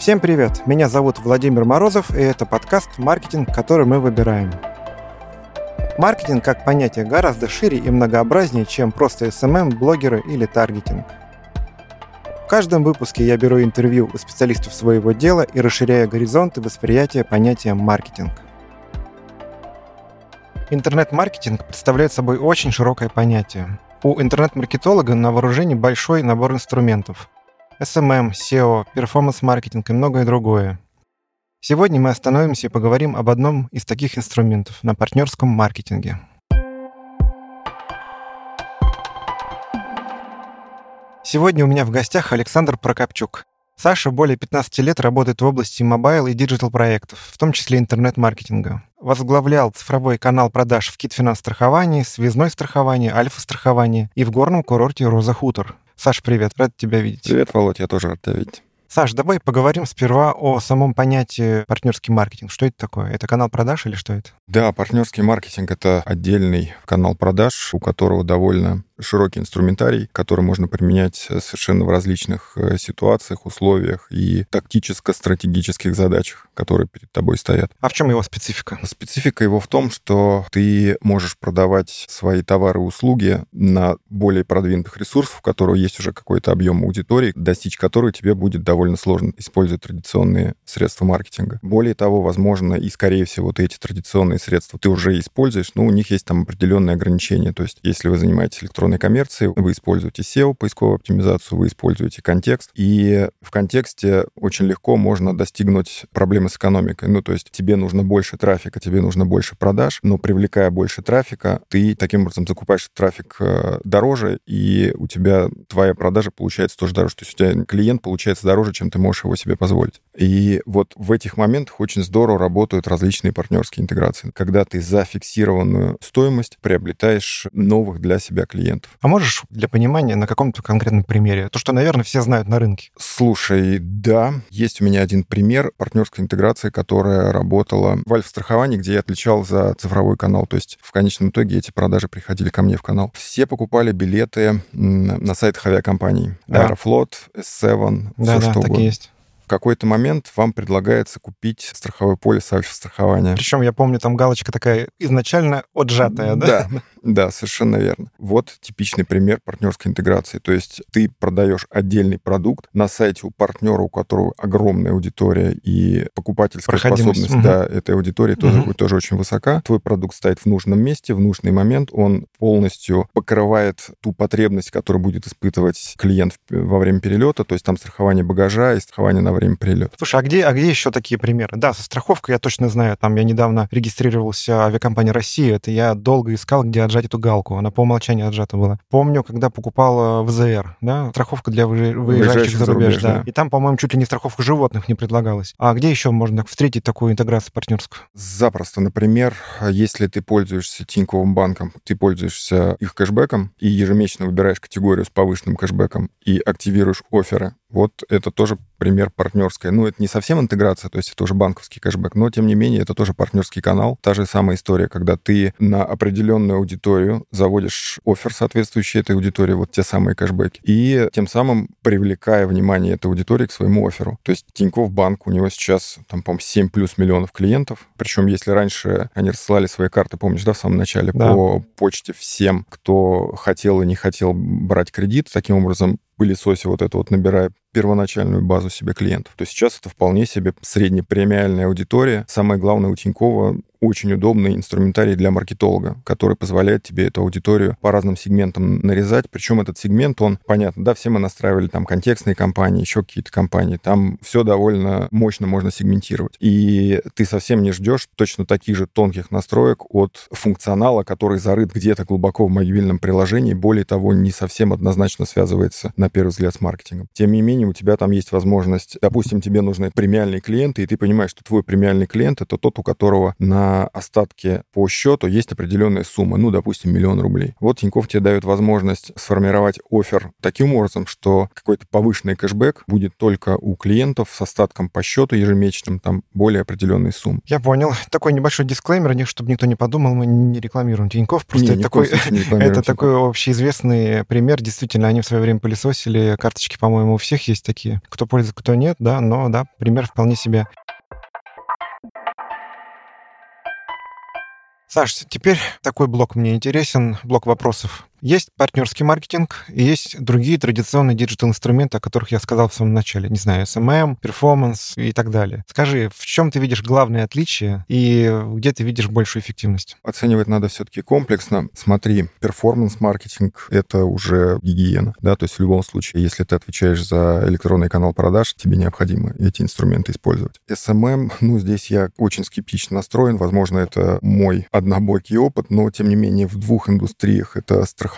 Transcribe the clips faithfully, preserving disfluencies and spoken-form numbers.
Всем привет! Меня зовут Владимир Морозов, и это подкаст «Маркетинг, который мы выбираем». Маркетинг как понятие гораздо шире и многообразнее, чем просто эс эм эм, блогеры или таргетинг. В каждом выпуске я беру интервью у специалистов своего дела и расширяю горизонты восприятия понятия маркетинг. Интернет-маркетинг представляет собой очень широкое понятие. У интернет-маркетолога на вооружении большой набор инструментов. эс эм эм, сео, перформанс-маркетинг и многое другое. Сегодня мы остановимся и поговорим об одном из таких инструментов на партнерском маркетинге. Сегодня у меня в гостях Александр Прокопчук. Саша более пятнадцати лет работает в области мобайл и диджитал-проектов, в том числе интернет-маркетинга. Возглавлял цифровой канал продаж в Китфинанс-страховании, связной страховании, альфа-страховании и в горном курорте Роза Хутор. Саш, привет, рад тебя видеть. Привет, Володь, я тоже рад тебя видеть. Саш, давай поговорим сперва о самом понятии партнерский маркетинг. Что это такое? Это канал продаж или что это? Да, партнерский маркетинг — это отдельный канал продаж, у которого довольно широкий инструментарий, который можно применять совершенно в различных ситуациях, условиях и тактическо-стратегических задачах, которые перед тобой стоят. А в чем его специфика? Специфика его в том, что ты можешь продавать свои товары и услуги на более продвинутых ресурсах, у которых есть уже какой-то объем аудитории, достичь которой тебе будет довольно сложно, используя традиционные средства маркетинга. Более того, возможно, и, скорее всего, вот эти традиционные средства ты уже используешь, но у них есть там определенные ограничения. То есть, если вы занимаетесь электронной коммерцией, вы используете сео, поисковую оптимизацию, вы используете контекст, и в контексте очень легко можно достигнуть проблемы с экономикой. Ну, то есть тебе нужно больше трафика, тебе нужно больше продаж, но привлекая больше трафика, ты таким образом закупаешь трафик дороже, и у тебя твоя продажа получается тоже дороже. То есть у тебя клиент получается дороже, чем ты можешь его себе позволить. И вот в этих моментах очень здорово работают различные партнерские интеграции, когда ты за фиксированную стоимость приобретаешь новых для себя клиентов. А можешь для понимания на каком-то конкретном примере? То, что, наверное, все знают на рынке. Слушай, да, есть у меня один пример партнерской интеграции, которая работала в альфа-страховании, где я отвечал за цифровой канал. То есть в конечном итоге эти продажи приходили ко мне в канал. Все покупали билеты на сайтах авиакомпаний. Да. Аэрофлот, эс семь, да, все да, что так угодно. И есть. В какой-то момент вам предлагается купить страховой полис альфа-страхования. Причем, я помню, там галочка такая изначально отжатая, да? Да, да, совершенно верно. Вот типичный пример партнерской интеграции. То есть ты продаешь отдельный продукт на сайте у партнера, у которого огромная аудитория, и покупательская способность угу. да, этой аудитории тоже угу. будет тоже очень высока. Твой продукт стоит в нужном месте, в нужный момент, он полностью покрывает ту потребность, которую будет испытывать клиент во время перелета, то есть там страхование багажа и страхование на время прилета. Слушай, а где, а где еще такие примеры? Да, со страховкой я точно знаю. Там я недавно регистрировался в авиакомпании «Россия». Это я долго искал, где отжать эту галку. Она по умолчанию отжата была. Помню, когда покупал вэ зэ эр, да, страховка для выезжающих за рубеж, да. И там, по-моему, чуть ли не страховка животных не предлагалась. А где еще можно встретить такую интеграцию партнерскую? Запросто. Например, если ты пользуешься Тиньковым банком, ты пользуешься их кэшбэком и ежемесячно выбираешь категорию с повышенным кэшбэком и активируешь офферы. Вот это тоже пример партнерской. Ну, это не совсем интеграция, то есть это уже банковский кэшбэк, но, тем не менее, это тоже партнерский канал. Та же самая история, когда ты на определенную аудиторию заводишь оффер, соответствующий этой аудитории, вот те самые кэшбэки, и тем самым привлекая внимание этой аудитории к своему офферу. То есть Тинькофф банк, у него сейчас, там, по-моему, семь плюс миллионов клиентов. Причем, если раньше они рассылали свои карты, помнишь, да, в самом начале, да. по почте всем, кто хотел и не хотел брать кредит, таким образом пылесося вот это вот, набирая первоначальную базу себе клиентов, то сейчас это вполне себе среднепремиальная аудитория. Самое главное, у Тинькова очень удобный инструментарий для маркетолога, который позволяет тебе эту аудиторию по разным сегментам нарезать. Причем этот сегмент, он, понятно, да, все мы настраивали там контекстные компании, еще какие-то компании. Там все довольно мощно можно сегментировать. И ты совсем не ждешь точно таких же тонких настроек от функционала, который зарыт где-то глубоко в мобильном приложении, более того, не совсем однозначно связывается, на первый взгляд, с маркетингом. Тем не менее, у тебя там есть возможность, допустим, тебе нужны премиальные клиенты, и ты понимаешь, что твой премиальный клиент — это тот, у которого на на остатки по счету есть определенная сумма, ну, допустим, миллион рублей. Вот Тинькофф тебе дает возможность сформировать оффер таким образом, что какой-то повышенный кэшбэк будет только у клиентов с остатком по счету ежемесячным, там более определенной суммы. Я понял. Такой небольшой дисклеймер, чтобы никто не подумал, мы не рекламируем Тинькофф, просто не, это, такой, это такой Тинькофф. Общеизвестный пример. Действительно, они в свое время пылесосили, карточки, по-моему, у всех есть такие. Кто пользуется, кто нет, да, но да, пример вполне себе. Саш, теперь такой блок мне интересен, блок вопросов. Есть партнерский маркетинг, и есть другие традиционные диджитал-инструменты, о которых я сказал в самом начале. Не знаю, эс эм эм, перформанс и так далее. Скажи, в чем ты видишь главное отличие и где ты видишь большую эффективность? Оценивать надо все-таки комплексно. Смотри, перформанс-маркетинг — это уже гигиена. Да? То есть в любом случае, если ты отвечаешь за электронный канал продаж, тебе необходимо эти инструменты использовать. эс эм эм, ну, здесь я очень скептично настроен. Возможно, это мой однобокий опыт, но, тем не менее, в двух индустриях — это страхование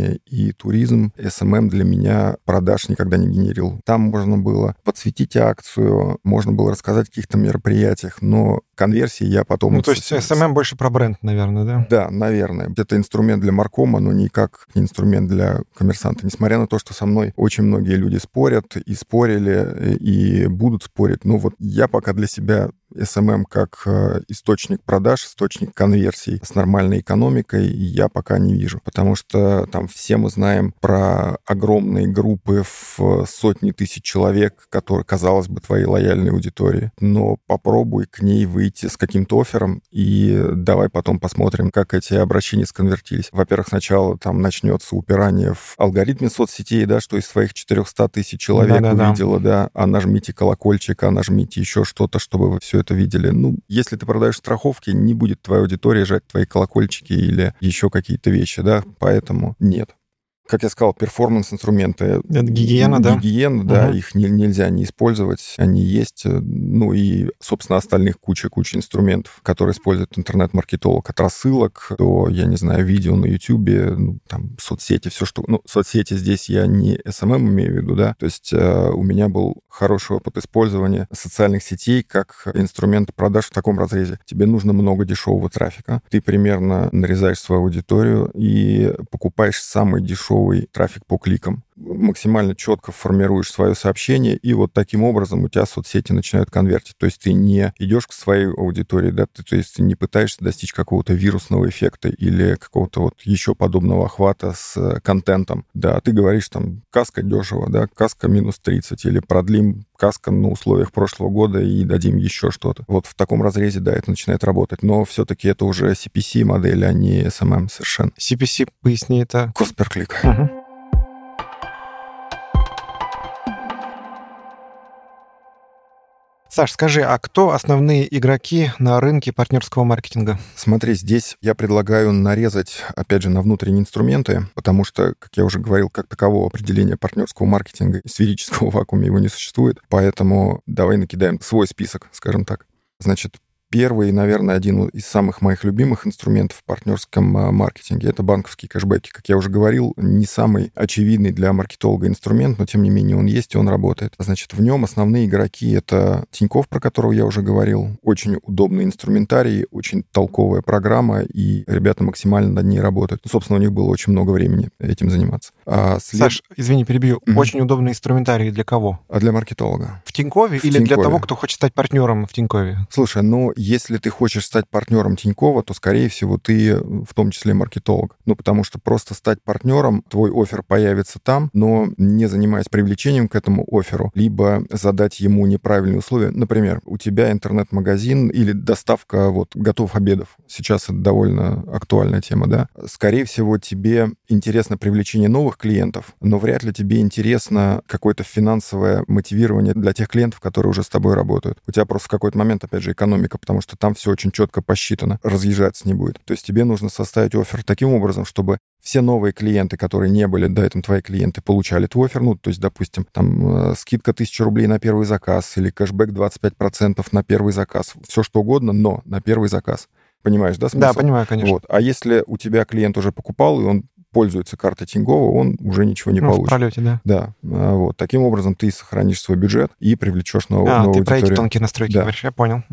и туризм. эс эм эм для меня продаж никогда не генерил. Там можно было подсветить акцию, можно было рассказать о каких-то мероприятиях, но конверсии я потом... Ну, то есть эс эм эм больше про бренд, наверное, да? Да, наверное. Это инструмент для маркома, но никак не инструмент для коммерсанта. Несмотря на то, что со мной очень многие люди спорят и спорили, и будут спорить, ну вот я пока для себя эс эм эм как источник продаж, источник конверсий с нормальной экономикой я пока не вижу. Потому что там все мы знаем про огромные группы в сотни тысяч человек, которые, казалось бы, твоей лояльной аудитории. Но попробуй к ней выйти с каким-то оффером, и давай потом посмотрим, как эти обращения сконвертились. Во-первых, сначала там начнется упирание в алгоритме соцсетей, да, что из своих четырехсот тысяч человек Да-да-да. увидела, да, а нажмите колокольчик, а нажмите еще что-то, чтобы вы все это видели. Ну, если ты продаешь страховки, не будет твоя аудитория жать твои колокольчики или еще какие-то вещи, да, поэтому нет. Как я сказал, перформанс-инструменты. Это гигиена, да? Гигиена, да, Угу. их не, нельзя не использовать, они есть. Ну и, собственно, остальных куча-куча инструментов, которые использует интернет-маркетолог. От рассылок до, я не знаю, видео на Ютубе, ну, там, соцсети, все что... Ну, соцсети здесь я не эс эм эм имею в виду, да. То есть э, у меня был хороший опыт использования социальных сетей как инструмента продаж в таком разрезе. Тебе нужно много дешевого трафика. Ты примерно нарезаешь свою аудиторию и покупаешь самый дешевый трафик по кликам. Максимально четко формируешь свое сообщение, и вот таким образом у тебя соцсети начинают конвертить. То есть ты не идешь к своей аудитории, да, ты, то есть ты не пытаешься достичь какого-то вирусного эффекта или какого-то вот еще подобного охвата с контентом. Да, ты говоришь там, каска дешево, да, каска минус тридцать, или продлим каска на условиях прошлого года и дадим еще что-то. Вот в таком разрезе, да, это начинает работать. Но все-таки это уже си пи си модель, а не эс эм эм совершенно. си пи си, поясни это. Cost per click. Угу. Саш, скажи, а кто основные игроки на рынке партнерского маркетинга? Смотри, здесь я предлагаю нарезать, опять же, на внутренние инструменты, потому что, как я уже говорил, как такового определения партнерского маркетинга в сферическом вакууме его не существует, поэтому давай накидаем свой список, скажем так. Значит, первый, наверное, один из самых моих любимых инструментов в партнерском маркетинге — это банковские кэшбэки. Как я уже говорил, не самый очевидный для маркетолога инструмент, но, тем не менее, он есть и он работает. Значит, в нем основные игроки — это Тинькофф, про которого я уже говорил. Очень удобный инструментарий, очень толковая программа, и ребята максимально над ней работают. Ну, собственно, у них было очень много времени этим заниматься. А след... Саш, извини, перебью. Мгм. Очень удобный инструментарий для кого? А для маркетолога? В Тинькове В или для Тинькове. того, кто хочет стать партнером в Тинькове? Слушай, ну, если ты хочешь стать партнером Тинькова, то, скорее всего, ты в том числе маркетолог. Ну, потому что просто стать партнером, твой оффер появится там, но не занимаясь привлечением к этому офферу, либо задать ему неправильные условия. Например, у тебя интернет-магазин или доставка вот готовых обедов. Сейчас это довольно актуальная тема, да? Скорее всего, тебе интересно привлечение новых клиентов, но вряд ли тебе интересно какое-то финансовое мотивирование для тех клиентов, которые уже с тобой работают. У тебя просто в какой-то момент, опять же, экономика, потому что там все очень четко посчитано, разъезжаться не будет. То есть тебе нужно составить оффер таким образом, чтобы все новые клиенты, которые не были до этого твои клиенты, получали твой оффер. Ну, то есть, допустим, там э, скидка тысяча рублей на первый заказ или кэшбэк двадцать пять процентов на первый заказ. Все что угодно, но на первый заказ. Понимаешь, да, смысл? Да, понимаю, конечно. Вот. А если у тебя клиент уже покупал, и он пользуется картой Тинькова, он уже ничего не Ну, в получит. пролете, да. Да, а, вот. Таким образом ты сохранишь свой бюджет и привлечешь новую, А, новую ты про эти аудиторию. тонкие настройки Да. говоришь, я понял. Угу.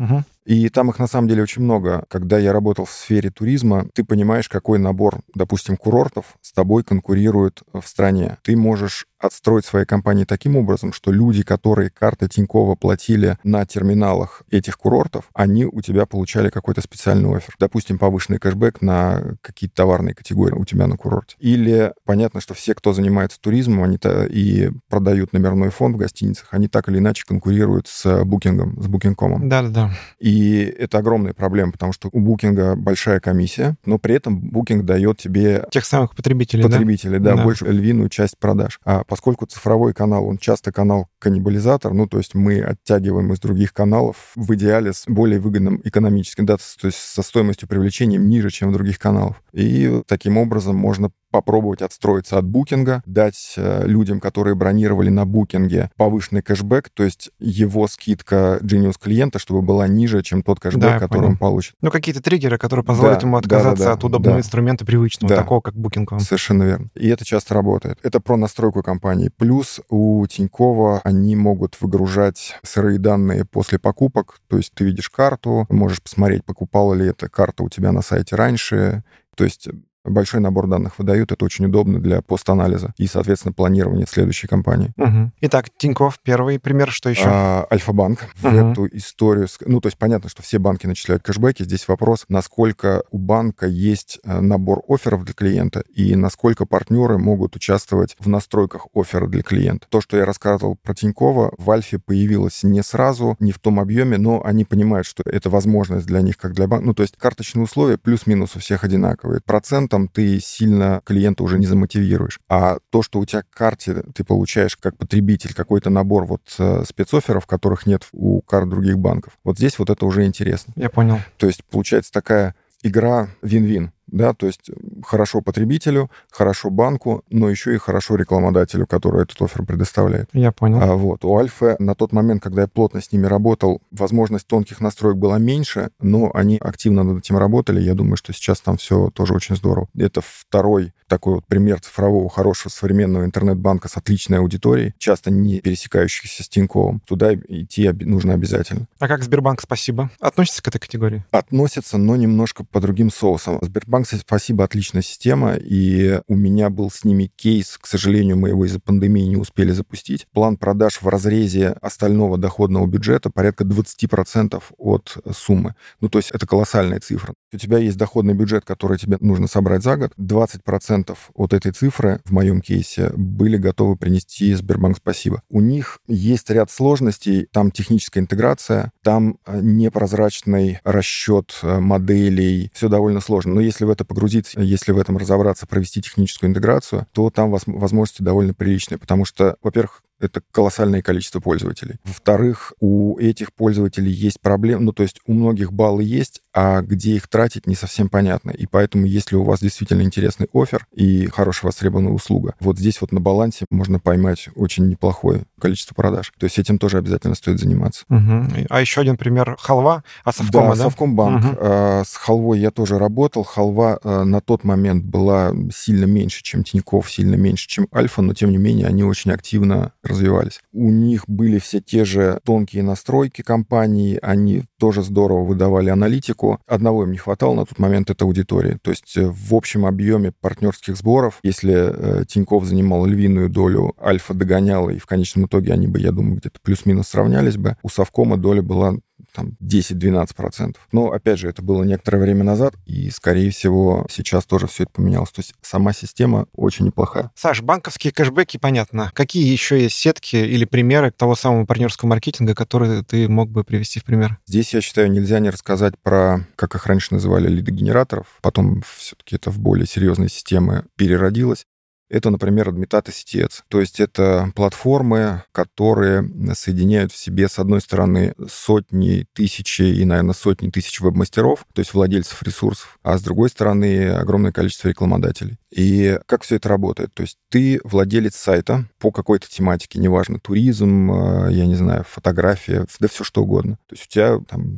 И там их на самом деле очень много. Когда я работал в сфере туризма, ты понимаешь, какой набор, допустим, курортов с тобой конкурирует в стране. Ты можешь отстроить свои компании таким образом, что люди, которые картой Тинькова платили на терминалах этих курортов, они у тебя получали какой-то специальный оффер. Допустим, повышенный кэшбэк на какие-то товарные категории у тебя на курорте. Или понятно, что все, кто занимается туризмом, они-то и продают номерной фонд в гостиницах, они так или иначе конкурируют с букингом, с букинг.комом. Да-да-да. И это огромная проблема, потому что у букинга большая комиссия, но при этом букинг дает тебе... Тех самых потребителей, Потребителей, да, да? да, больше львиную часть продаж. А поскольку цифровой канал, он часто канал-каннибализатор, ну, то есть мы оттягиваем из других каналов в идеале с более выгодным экономическим, да, то есть со стоимостью привлечения ниже, чем в других каналов. И таким образом можно попробовать отстроиться от букинга, дать э, людям, которые бронировали на букинге, повышенный кэшбэк, то есть его скидка Genius клиента, чтобы была ниже, чем тот кэшбэк, Да, который понял. он получит. Ну, какие-то триггеры, которые позволяют Да, ему да, отказаться да, да, от удобного да. инструмента привычного, Да. такого, как букинг. Совершенно верно. И это часто работает. Это про настройку компании. Плюс у Тинькова они могут выгружать сырые данные после покупок, то есть ты видишь карту, можешь посмотреть, покупала ли эта карта у тебя на сайте раньше, то есть большой набор данных выдают, это очень удобно для постанализа и, соответственно, планирования следующей кампании. Угу. Итак, Тинькофф, первый пример, что еще? А, Альфа-банк в Угу. эту историю... Ну, то есть понятно, что все банки начисляют кэшбэки. Здесь вопрос, насколько у банка есть набор офферов для клиента и насколько партнеры могут участвовать в настройках оффера для клиента. То, что я рассказывал про Тинькова, в Альфе появилось не сразу, не в том объеме, но они понимают, что это возможность для них, как для банка. Ну, то есть карточные условия плюс-минус у всех одинаковые. Процент там ты сильно клиента уже не замотивируешь. А то, что у тебя к карте ты получаешь как потребитель какой-то набор вот э, спецофферов, которых нет у карт других банков, вот здесь вот это уже интересно. Я понял. То есть получается такая игра вин-вин. Да, то есть хорошо потребителю, хорошо банку, но еще и хорошо рекламодателю, который этот оффер предоставляет. Я понял. А вот у Альфы на тот момент, когда я плотно с ними работал, возможность тонких настроек была меньше, но они активно над этим работали. Я думаю, что сейчас там все тоже очень здорово. Это второй такой вот пример цифрового, хорошего, современного интернет-банка с отличной аудиторией, часто не пересекающихся с Тиньковым. Туда идти нужно обязательно. А как Сбербанк «Спасибо» относится к этой категории? Относится, но немножко по другим соусам. Сбербанк «Спасибо» — отличная система, и у меня был с ними кейс, к сожалению, мы его из-за пандемии не успели запустить. План продаж в разрезе остального доходного бюджета порядка двадцать процентов от суммы. Ну, то есть это колоссальная цифра. У тебя есть доходный бюджет, который тебе нужно собрать за год. двадцать процентов от этой цифры в моем кейсе были готовы принести Сбербанк «Спасибо». У них есть ряд сложностей. Там техническая интеграция, там непрозрачный расчет моделей. Все довольно сложно. Но если в это погрузиться, если в этом разобраться, провести техническую интеграцию, то там возможности довольно приличные. Потому что, во-первых, это колоссальное количество пользователей. Во-вторых, у этих пользователей есть проблемы, ну, то есть у многих баллы есть, а где их тратить, не совсем понятно. И поэтому, если у вас действительно интересный оффер и хорошая востребованная услуга, вот здесь вот на балансе можно поймать очень неплохое количество продаж. То есть этим тоже обязательно стоит заниматься. Угу. А еще один пример — Халва, а Совкома, да? Да, Совкомбанк. Угу. А, с Халвой я тоже работал. Халва а, на тот момент была сильно меньше, чем Тинькофф, сильно меньше, чем Альфа, но тем не менее они очень активно развивались. У них были все те же тонкие настройки компании, они тоже здорово выдавали аналитику. Одного им не хватало на тот момент — это аудитории. То есть в общем объеме партнерских сборов, если э, Тинькофф занимал львиную долю, Альфа догоняла, и в конечном итоге они бы, я думаю, где-то плюс-минус сравнялись бы, у Совкома доля была там десять-двенадцать процентов. Но, опять же, это было некоторое время назад, и, скорее всего, сейчас тоже все это поменялось. То есть сама система очень неплохая. Саш, банковские кэшбэки, понятно. Какие еще есть сетки или примеры того самого партнерского маркетинга, которые ты мог бы привести в пример? Здесь, я считаю, нельзя не рассказать про, как их раньше называли, лидогенераторов. Потом все-таки это в более серьезные системы переродилось. Это, например, Admitat и си ти экс. То есть это платформы, которые соединяют в себе, с одной стороны, сотни, тысячи и, наверное, сотни тысяч веб-мастеров, то есть владельцев ресурсов, а с другой стороны, огромное количество рекламодателей. И как все это работает? То есть ты владелец сайта по какой-то тематике, неважно, туризм, я не знаю, фотография, да все что угодно. То есть у тебя там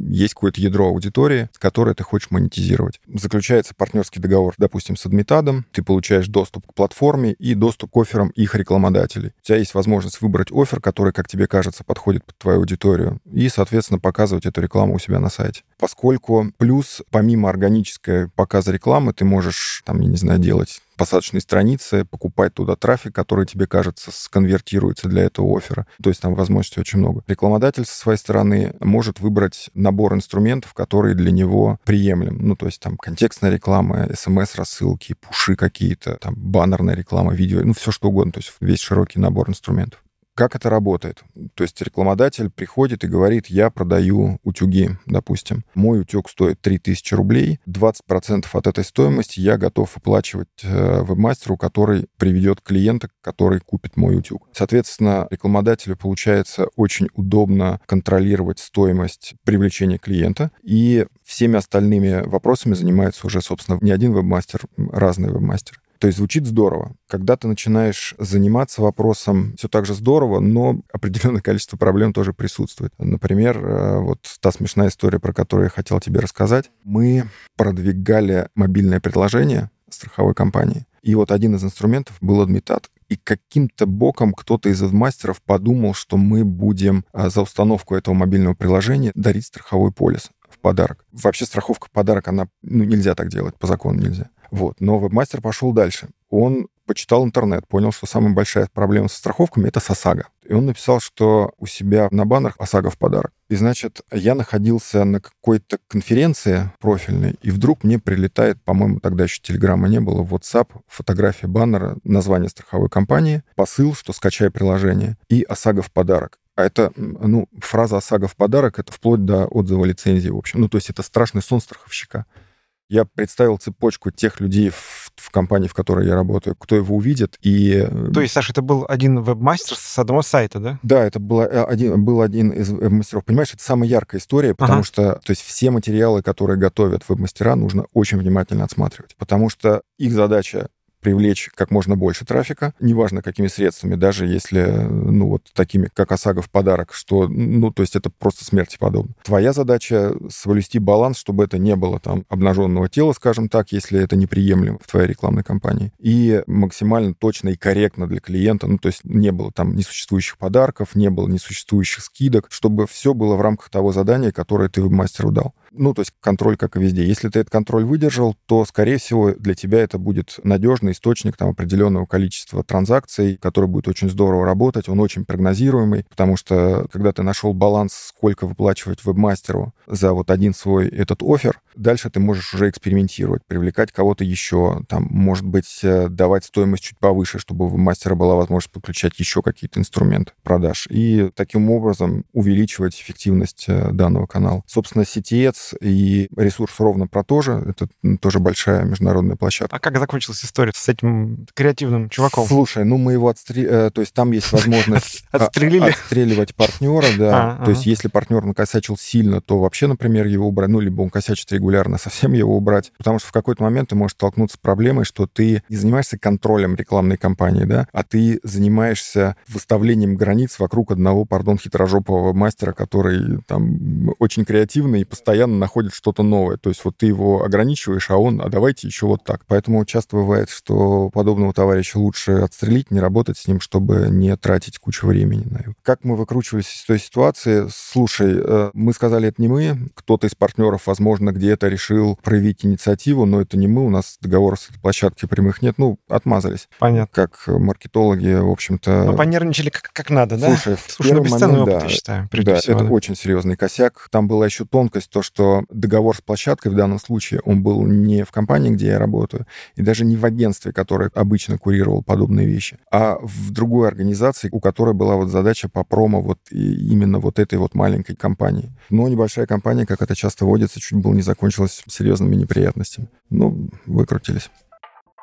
есть какое-то ядро аудитории, которое ты хочешь монетизировать. Заключается партнерский договор, допустим, с Admitad, ты получаешь доступ к платформе и доступ к офферам их рекламодателей. У тебя есть возможность выбрать оффер, который, как тебе кажется, подходит под твою аудиторию, и, соответственно, показывать эту рекламу у себя на сайте. Поскольку плюс, помимо органической показа рекламы, ты можешь, там, я не знаю, делать посадочные страницы, покупать туда трафик, который тебе, кажется, сконвертируется для этого оффера. То есть там возможностей очень много. Рекламодатель со своей стороны может выбрать набор инструментов, которые для него приемлем. Ну, то есть там контекстная реклама, эс эм эс-рассылки, пуши какие-то, там баннерная реклама, видео, ну, все что угодно. То есть весь широкий набор инструментов. Как это работает? То есть рекламодатель приходит и говорит, я продаю утюги, допустим. Мой утюг стоит три тысячи рублей, двадцать процентов от этой стоимости я готов оплачивать веб-мастеру, который приведет клиента, который купит мой утюг. Соответственно, рекламодателю получается очень удобно контролировать стоимость привлечения клиента, и всеми остальными вопросами занимается уже, собственно, не один веб-мастер, разные веб-мастеры. То есть звучит здорово. Когда ты начинаешь заниматься вопросом, все так же здорово, но определенное количество проблем тоже присутствует. Например, вот та смешная история, про которую я хотел тебе рассказать. Мы продвигали мобильное приложение страховой компании, и вот один из инструментов был Admitad. И каким-то боком кто-то из веб-мастеров подумал, что мы будем за установку этого мобильного приложения дарить страховой полис в подарок. Вообще страховка в подарок, она, ну, нельзя так делать, по закону нельзя. Вот. Но веб-мастер пошел дальше. Он почитал интернет, понял, что самая большая проблема со страховками — это с ОСАГО. И он написал, что у себя на баннерах ОСАГО в подарок. И, значит, я находился на какой-то конференции профильной, и вдруг мне прилетает, по-моему, тогда еще телеграмма не было, в WhatsApp фотография баннера, название страховой компании, посыл, что скачай приложение, и ОСАГО в подарок. А это, ну, фраза «ОСАГО в подарок» — это вплоть до отзыва лицензии, в общем. Ну, то есть это страшный сон страховщика. Я представил цепочку тех людей в, в компании, в которой я работаю, кто его увидит, и... То есть, Саша, это был один веб-мастер с одного сайта, да? Да, это был один, был один из веб-мастеров. Понимаешь, это самая яркая история, потому ага. что, то есть, все материалы, которые готовят веб-мастера, нужно очень внимательно отсматривать, потому что их задача привлечь как можно больше трафика, неважно какими средствами, даже если, ну, вот такими, как ОСАГО в подарок, что, ну, то есть это просто смерти подобно. Твоя задача — соблюсти баланс, чтобы это не было там обнаженного тела, скажем так, если это неприемлемо в твоей рекламной кампании, и максимально точно и корректно для клиента, ну, то есть не было там несуществующих подарков, не было несуществующих скидок, чтобы все было в рамках того задания, которое ты веб-мастеру дал. Ну, то есть контроль, как и везде. Если ты этот контроль выдержал, то, скорее всего, для тебя это будет надежный источник там определенного количества транзакций, который будет очень здорово работать, он очень прогнозируемый, потому что, когда ты нашел баланс, сколько выплачивать веб-мастеру за вот один свой этот оффер, дальше ты можешь уже экспериментировать, привлекать кого-то еще, там, может быть, давать стоимость чуть повыше, чтобы у веб-мастера была возможность подключать еще какие-то инструменты продаж, и таким образом увеличивать эффективность данного канала. Собственно, си ти эс и ресурс ровно про то же. Это тоже большая международная площадка. А как закончилась история с этим креативным чуваком? Слушай, ну мы его отстрелили, то есть там есть возможность Отстрелили? отстреливать партнера, да. То есть если партнер накосячил сильно, то вообще, например, его убрать, ну, либо он косячит регулярно, совсем его убрать. Потому что в какой-то момент ты можешь столкнуться с проблемой, что ты не занимаешься контролем рекламной кампании, да, а ты занимаешься выставлением границ вокруг одного, пардон, хитрожопого мастера, который там очень креативный и постоянно находит что-то новое. То есть вот ты его ограничиваешь, а он, а давайте еще вот так. Поэтому часто бывает, что подобного товарища лучше отстрелить, не работать с ним, чтобы не тратить кучу времени на его. Как мы выкручивались из той ситуации? Слушай, мы сказали, это не мы. Кто-то из партнеров, возможно, где-то решил проявить инициативу, но это не мы. У нас договоров с этой площадки прямых нет. Ну, отмазались. Понятно. Как маркетологи, в общем-то... Ну, понервничали как, как надо, да? Слушай, в Слушай, ну, бесценный опыт, да, я считаю, да, всего, это да? очень серьезный косяк. Там была еще тонкость, то, что договор с площадкой в данном случае, он был не в компании, где я работаю, и даже не в агентстве, которое обычно курировало подобные вещи, а в другой организации, у которой была вот задача по промо вот именно вот этой вот маленькой компании. Но небольшая компания, как это часто водится, чуть было не закончилась серьезными неприятностями. Ну, выкрутились.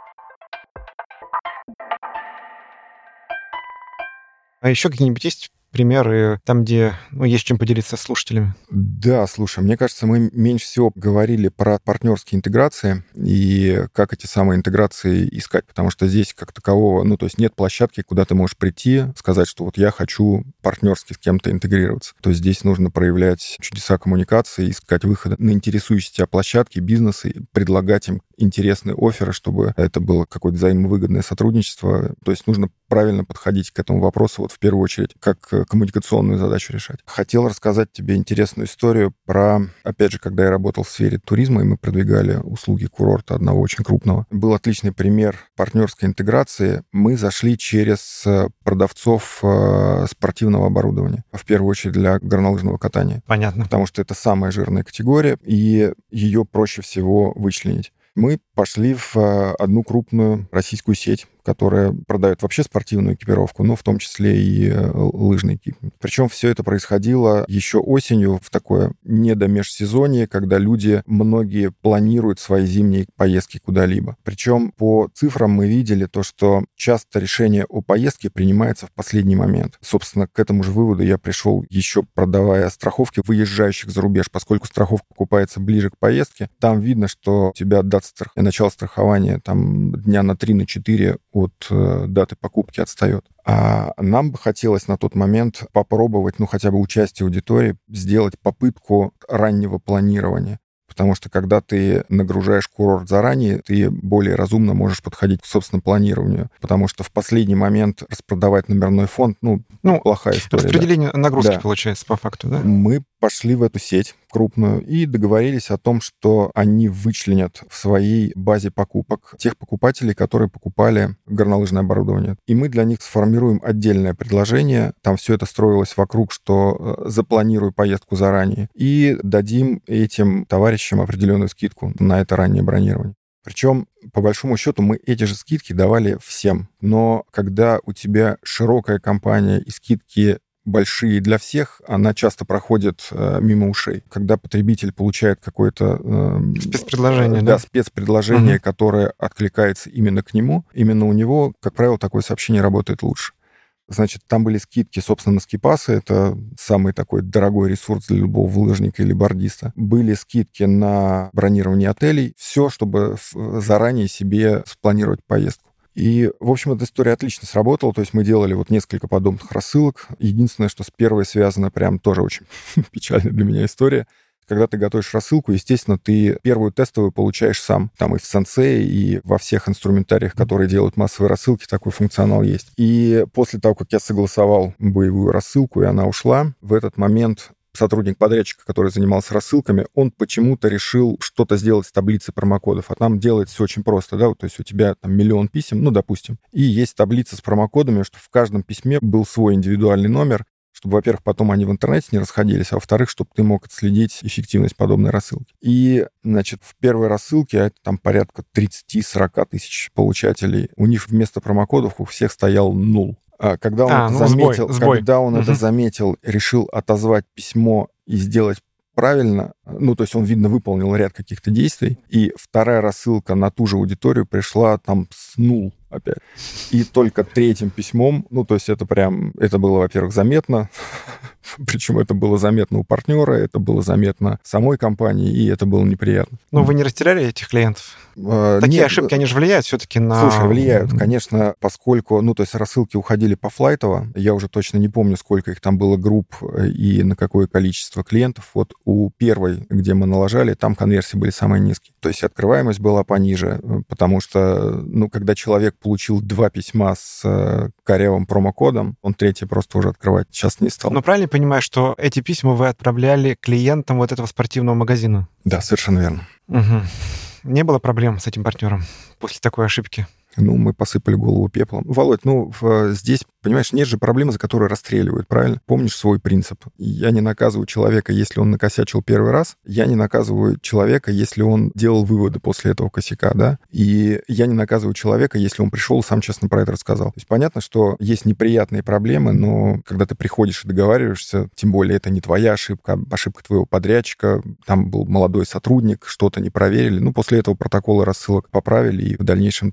А еще какие-нибудь есть примеры там, где ну, есть чем поделиться с слушателями. Да, слушай, мне кажется, мы меньше всего говорили про партнерские интеграции и как эти самые интеграции искать, потому что здесь как такового, ну, то есть нет площадки, куда ты можешь прийти, сказать, что вот я хочу партнерски с кем-то интегрироваться. То есть здесь нужно проявлять чудеса коммуникации, искать выходы на интересующие тебя площадки, бизнесы, предлагать им интересные офферы, чтобы это было какое-то взаимовыгодное сотрудничество. То есть нужно правильно подходить к этому вопросу, вот в первую очередь, как коммуникационную задачу решать. Хотел рассказать тебе интересную историю про, опять же, когда я работал в сфере туризма, и мы продвигали услуги курорта одного очень крупного. Был отличный пример партнерской интеграции. Мы зашли через продавцов спортивного оборудования, в первую очередь для горнолыжного катания. Понятно. Потому что это самая жирная категория, и ее проще всего вычленить. Мы пошли в одну крупную российскую сеть, которая продает вообще спортивную экипировку, но в том числе и лыжный экипировку. Причем все это происходило еще осенью, в такое недомежсезонье, когда люди, многие планируют свои зимние поездки куда-либо. Причем по цифрам мы видели то, что часто решение о поездке принимается в последний момент. Собственно, к этому же выводу я пришел, еще продавая страховки выезжающих за рубеж, поскольку страховка покупается ближе к поездке. Там видно, что у тебя дата страх... начало страхования там дня на три, на четыре от э, даты покупки отстает. А нам бы хотелось на тот момент попробовать, ну, хотя бы участие аудитории, сделать попытку раннего планирования. Потому что когда ты нагружаешь курорт заранее, ты более разумно можешь подходить к собственному планированию. Потому что в последний момент распродавать номерной фонд, ну, ну плохая история. Распределение да. нагрузки да. получается по факту, да? Мы пошли в эту сеть крупную и договорились о том, что они вычленят в своей базе покупок тех покупателей, которые покупали горнолыжное оборудование. И мы для них сформируем отдельное предложение. Там все это строилось вокруг, что запланируй поездку заранее, и дадим этим товарищам определенную скидку на это раннее бронирование. Причем, по большому счету, мы эти же скидки давали всем. Но когда у тебя широкая компания и скидки большие для всех, она часто проходит э, мимо ушей. Когда потребитель получает какое-то... Э, спецпредложение, да? Да, спецпредложение, угу. которое откликается именно к нему, именно у него, как правило, такое сообщение работает лучше. Значит, там были скидки, собственно, на скипасы. Это самый такой дорогой ресурс для любого лыжника или бордиста. Были скидки на бронирование отелей. Все, чтобы заранее себе спланировать поездку. И, в общем, эта история отлично сработала. То есть мы делали вот несколько подобных рассылок. Единственное, что с первой связано прям тоже очень печальная для меня история. Когда ты готовишь рассылку, естественно, ты первую тестовую получаешь сам. Там и в Sensei, и во всех инструментариях, которые делают массовые рассылки, такой функционал есть. И после того, как я согласовал боевую рассылку, и она ушла, в этот момент сотрудник подрядчика, который занимался рассылками, он почему-то решил что-то сделать с таблицей промокодов. А там делается все очень просто, да, то есть у тебя там миллион писем, ну, допустим, и есть таблица с промокодами, что в каждом письме был свой индивидуальный номер, чтобы, во-первых, потом они в интернете не расходились, а во-вторых, чтобы ты мог отследить эффективность подобной рассылки. И, значит, в первой рассылке, а это там порядка тридцать-сорок тысяч получателей, у них вместо промокодов у всех стоял нул. А когда он а, это ну, заметил, сбой, сбой. когда он угу. это заметил, решил отозвать письмо и сделать правильно, ну, то есть он, видно, выполнил ряд каких-то действий, и вторая рассылка на ту же аудиторию пришла там с нул опять. И только третьим письмом, ну, то есть это прям, это было, во-первых, заметно, причем это было заметно у партнера, это было заметно самой компании, и это было неприятно. Но вы не растеряли этих клиентов? А, Такие нет, ошибки, они же влияют все-таки на... Слушай, влияют, конечно, поскольку, ну, то есть рассылки уходили по флайтово, я уже точно не помню, сколько их там было групп и на какое количество клиентов. Вот у первой, где мы налажали, там конверсии были самые низкие. То есть открываемость была пониже, потому что, ну, когда человек получил два письма с корявым промокодом, он третий просто уже открывать сейчас не стал. Но правильно понимаю, что эти письма вы отправляли клиентам вот этого спортивного магазина? Да, совершенно верно. Угу. Не было проблем с этим партнером после такой ошибки? Ну, мы посыпали голову пеплом. Володь, ну, в, здесь, понимаешь, нет же проблемы, за которую расстреливают, правильно? Помнишь свой принцип? Я не наказываю человека, если он накосячил первый раз. Я не наказываю человека, если он делал выводы после этого косяка, да? И я не наказываю человека, если он пришел и сам честно про это рассказал. То есть понятно, что есть неприятные проблемы, но когда ты приходишь и договариваешься, тем более это не твоя ошибка, а ошибка твоего подрядчика, там был молодой сотрудник, что-то не проверили. Ну, после этого протоколы рассылок поправили, и в дальнейшем таких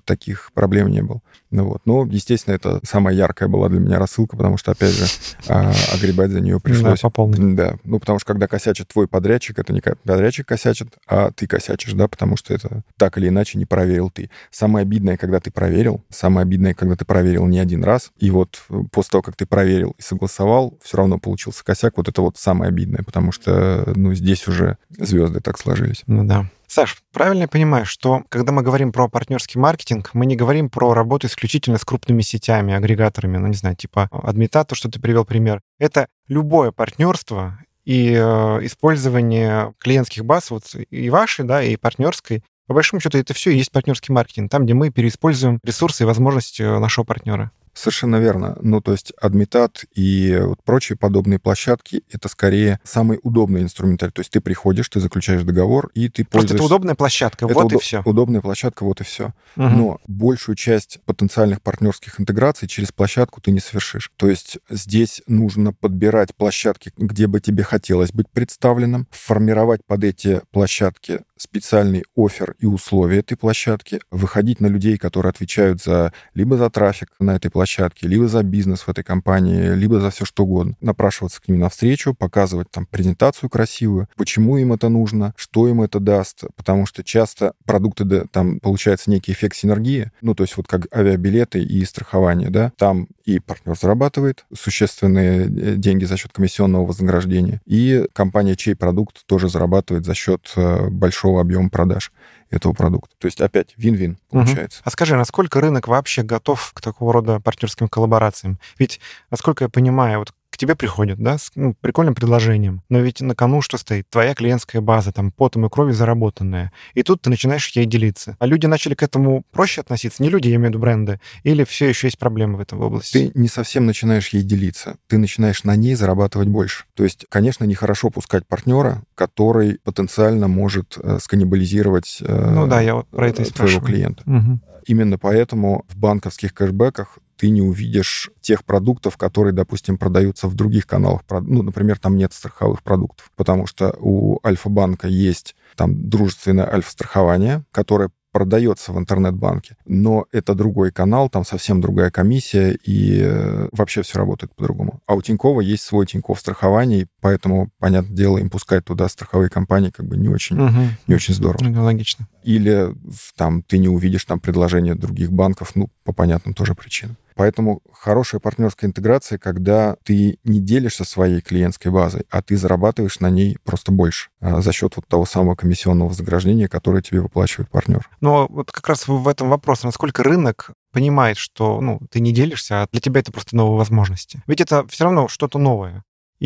проблем не было. Ну, вот. Но, естественно, это самая яркая была для меня рассылка, потому что, опять же, а, огребать за нее пришлось. Да, по полной. Да. Ну, потому что, когда косячит твой подрядчик, это не подрядчик косячит, а ты косячишь, да, потому что это так или иначе не проверил ты. Самое обидное, когда ты проверил, самое обидное, когда ты проверил не один раз, и вот после того, как ты проверил и согласовал, все равно получился косяк, вот это вот самое обидное, потому что, ну, здесь уже звезды так сложились. Ну да. Саш, правильно я понимаю, что когда мы говорим про партнерский маркетинг, мы не говорим про работу исключительно с крупными сетями, агрегаторами, ну, не знаю, типа Admeta, то, что ты привел пример. Это любое партнерство и э, использование клиентских баз, вот и вашей, да, и партнерской. По большому счету, это все и есть партнерский маркетинг, там, где мы переиспользуем ресурсы и возможности нашего партнера. Совершенно верно. Ну, то есть Admetat и вот прочие подобные площадки — это скорее самый удобный инструментарий. То есть ты приходишь, ты заключаешь договор, и ты Просто пользуешься... это удобная площадка, это вот удо... и все. Удобная площадка, вот и все. Угу. Но большую часть потенциальных партнерских интеграций через площадку ты не совершишь. То есть здесь нужно подбирать площадки, где бы тебе хотелось быть представленным, формировать под эти площадки специальный оффер и условия этой площадки, выходить на людей, которые отвечают за либо за трафик на этой площадке, либо за бизнес в этой компании, либо за все что угодно. Напрашиваться к ним навстречу, показывать там презентацию красивую, почему им это нужно, что им это даст, потому что часто продукты, да, там получается некий эффект синергии, ну, то есть вот как авиабилеты и страхование, да, там и партнер зарабатывает существенные деньги за счет комиссионного вознаграждения, и компания, чей продукт тоже зарабатывает за счет большого объема продаж этого продукта. То есть опять вин-вин получается. Угу. А скажи, насколько рынок вообще готов к такого рода партнерским коллаборациям? Ведь, насколько я понимаю, вот к тебе приходят, да, с ну, прикольным предложением, но ведь на кону что стоит? Твоя клиентская база, там, потом и кровью заработанная. И тут ты начинаешь ей делиться. А люди начали к этому проще относиться? Не люди, я имею в виду бренды. Или все еще есть проблемы в этом области? Ты не совсем начинаешь ей делиться. Ты начинаешь на ней зарабатывать больше. То есть, конечно, нехорошо пускать партнера, который потенциально может э, сканнибализировать э, ну, да, я вот про это и твоего спрашиваю. клиента. Угу. Именно поэтому в банковских кэшбэках ты не увидишь тех продуктов, которые, допустим, продаются в других каналах. Ну, например, там нет страховых продуктов, потому что у Альфа-банка есть там дружественное альфа-страхование, которое продается в интернет-банке, но это другой канал, там совсем другая комиссия, и э, вообще все работает по-другому. А у Тинькова есть свой Тинькофф страхование, и поэтому, понятное дело, им пускать туда страховые компании как бы не очень, угу. не очень здорово. Ну, логично. Или там ты не увидишь там предложения других банков, ну, по понятным тоже причинам. Поэтому хорошая партнерская интеграция, когда ты не делишься своей клиентской базой, а ты зарабатываешь на ней просто больше а, за счет вот того самого комиссионного вознаграждения, которое тебе выплачивает партнер. Но вот как раз в этом вопрос, насколько рынок понимает, что ну, ты не делишься, а для тебя это просто новые возможности. Ведь это все равно что-то новое.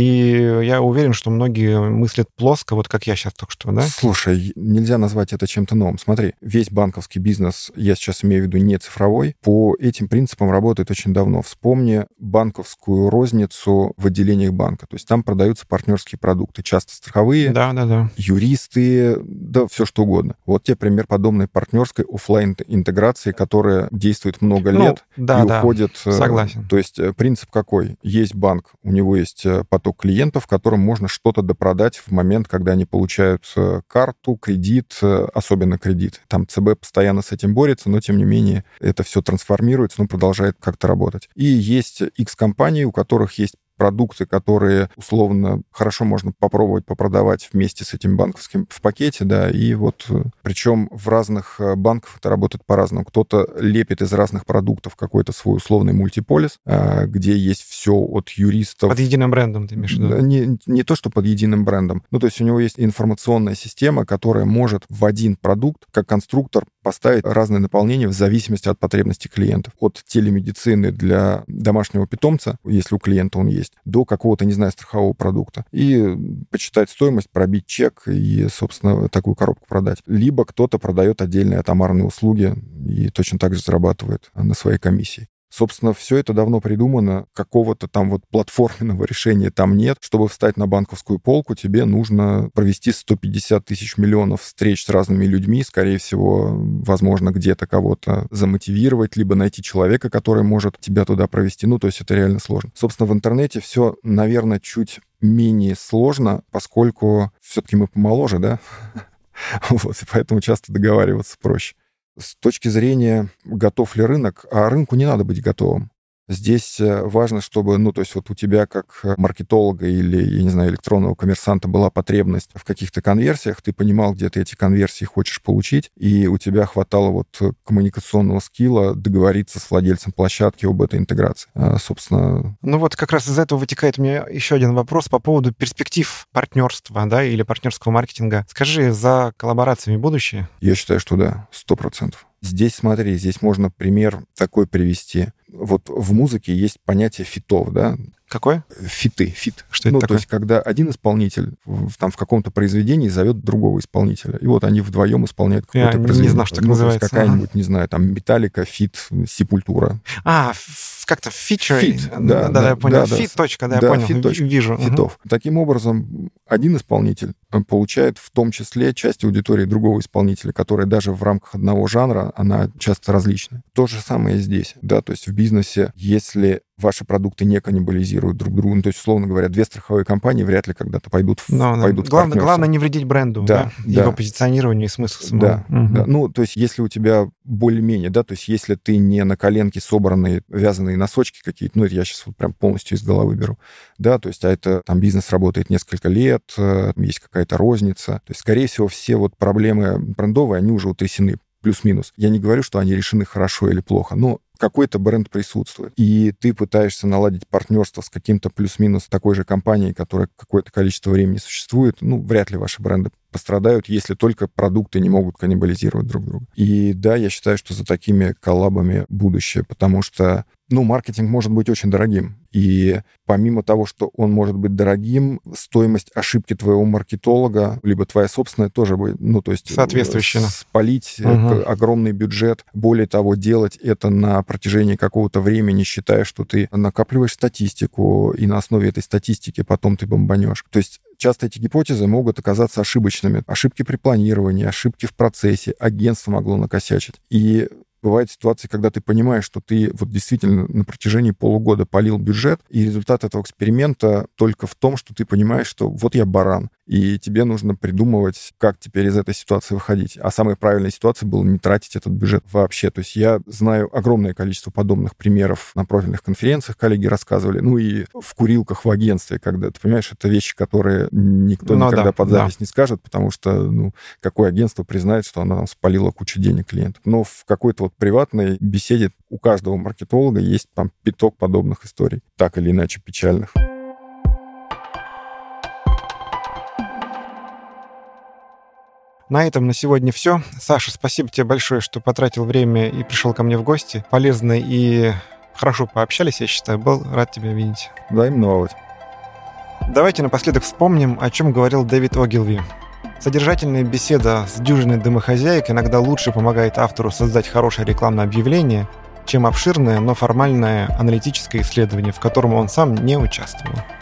И я уверен, что многие мыслят плоско, вот как я сейчас только что, да? Слушай, нельзя назвать это чем-то новым. Смотри, весь банковский бизнес, я сейчас имею в виду не цифровой, по этим принципам работает очень давно. Вспомни банковскую розницу в отделениях банка. То есть там продаются партнерские продукты, часто страховые, да, да, да. юристы, да, все что угодно. Вот тебе пример подобной партнерской офлайн интеграции, которая действует много ну, лет да, и да, уходит... Согласен. То есть принцип какой? Есть банк, у него есть поток клиентов, которым можно что-то допродать в момент, когда они получают карту, кредит, особенно кредит. Там ЦБ постоянно с этим борется, но, тем не менее, это все трансформируется, но продолжает как-то работать. И есть X-компании, у которых есть продукты, которые, условно, хорошо можно попробовать попродавать вместе с этим банковским в пакете, да, и вот, причем в разных банках это работает по-разному. Кто-то лепит из разных продуктов какой-то свой условный мультиполис, где есть все от юристов... Под единым брендом, ты имеешь в виду? Не, не то, что под единым брендом. Ну, то есть у него есть информационная система, которая может в один продукт, как конструктор, поставить разные наполнения в зависимости от потребностей клиентов. От телемедицины для домашнего питомца, если у клиента он есть, до какого-то, не знаю, страхового продукта. И почитать стоимость, пробить чек и, собственно, такую коробку продать. Либо кто-то продает отдельные атомарные услуги и точно так же зарабатывает на своей комиссии. Собственно, все это давно придумано, какого-то там вот платформенного решения там нет. Чтобы встать на банковскую полку, тебе нужно провести сто пятьдесят тысяч миллионов встреч с разными людьми, скорее всего, возможно, где-то кого-то замотивировать, либо найти человека, который может тебя туда провести. Ну, то есть это реально сложно. Собственно, в интернете все, наверное, чуть менее сложно, поскольку все-таки мы помоложе, да? Вот, и поэтому часто договариваться проще. С точки зрения, готов ли рынок, а рынку не надо быть готовым. Здесь важно, чтобы, ну, то есть вот у тебя как маркетолога или, я не знаю, электронного коммерсанта была потребность в каких-то конверсиях, ты понимал, где ты эти конверсии хочешь получить, и у тебя хватало вот коммуникационного скилла договориться с владельцем площадки об этой интеграции. А, собственно... Ну вот как раз из этого вытекает у меня еще один вопрос по поводу перспектив партнерства, да, или партнерского маркетинга. Скажи, за коллаборациями будущее? Я считаю, что да, сто процентов. Здесь, смотри, здесь можно пример такой привести. Вот в музыке есть понятие фитов, да? Какое? Фиты, фит. Что это ну, такое? То есть, когда один исполнитель в, там, в каком-то произведении зовет другого исполнителя, и вот они вдвоем исполняют какое-то Я произведение. не знаю, что так ну, называется. То есть какая-нибудь, ага. не знаю, там, Металлика, фит, Сепультура. А, как-то фичер. Фит, да, да, да, я понял. Да, фит, да, точка, да, да, я понял. Фит, точка, вижу. Фитов. Угу. Таким образом, один исполнитель получает в том числе часть аудитории другого исполнителя, которая даже в рамках одного жанра, она часто различна. То же самое и здесь, да, то есть в бизнесе, если ваши продукты не каннибализируют друг друга, ну, то есть, условно говоря, две страховые компании вряд ли когда-то пойдут в, Но, пойдут да. главное, в главное не вредить бренду, да, да, да. его позиционированию и смыслу самого. Да, угу. да, ну, то есть если у тебя более-менее, да, то есть если ты не на коленке собранные вязаные носочки какие-то, ну, это я сейчас вот прям полностью из головы беру, да, то есть, а это там бизнес работает несколько лет, есть какая-то розница, то есть, скорее всего, все вот проблемы брендовые, они уже утрясены, плюс-минус. Я не говорю, что они решены хорошо или плохо, но какой-то бренд присутствует. И ты пытаешься наладить партнерство с каким-то плюс-минус такой же компанией, которая какое-то количество времени существует, ну, вряд ли ваши бренды пострадают, если только продукты не могут каннибализировать друг друга. И да, я считаю, что за такими коллабами будущее, потому что, ну, маркетинг может быть очень дорогим. И помимо того, что он может быть дорогим, стоимость ошибки твоего маркетолога, либо твоя собственная, тоже будет, ну, то есть... Соответствующая. Спалить угу. огромный бюджет. Более того, делать это на протяжении какого-то времени, считая, что ты накапливаешь статистику, и на основе этой статистики потом ты бомбанешь. То есть часто эти гипотезы могут оказаться ошибочными. Ошибки при планировании, ошибки в процессе, агентство могло накосячить. И бывают ситуации, когда ты понимаешь, что ты вот действительно на протяжении полугода полил бюджет, и результат этого эксперимента только в том, что ты понимаешь, что вот я баран, и тебе нужно придумывать, как теперь из этой ситуации выходить. А самая правильная ситуация была не тратить этот бюджет вообще. То есть я знаю огромное количество подобных примеров на профильных конференциях, коллеги рассказывали, ну и в курилках в агентстве, когда, ты понимаешь, это вещи, которые никто ну, никогда да, под запись да. не скажет, потому что, ну, какое агентство признает, что оно там спалило кучу денег клиентов. Но в какой-то вот приватной беседе у каждого маркетолога есть там пяток подобных историй, так или иначе печальных. На этом на сегодня все. Саша, спасибо тебе большое, что потратил время и пришел ко мне в гости. Полезно и хорошо пообщались, я считаю. Был рад тебя видеть. Взаимно. Давайте напоследок вспомним, о чем говорил Дэвид Огилви. Содержательная беседа с дюжиной домохозяек иногда лучше помогает автору создать хорошее рекламное объявление, чем обширное, но формальное аналитическое исследование, в котором он сам не участвовал.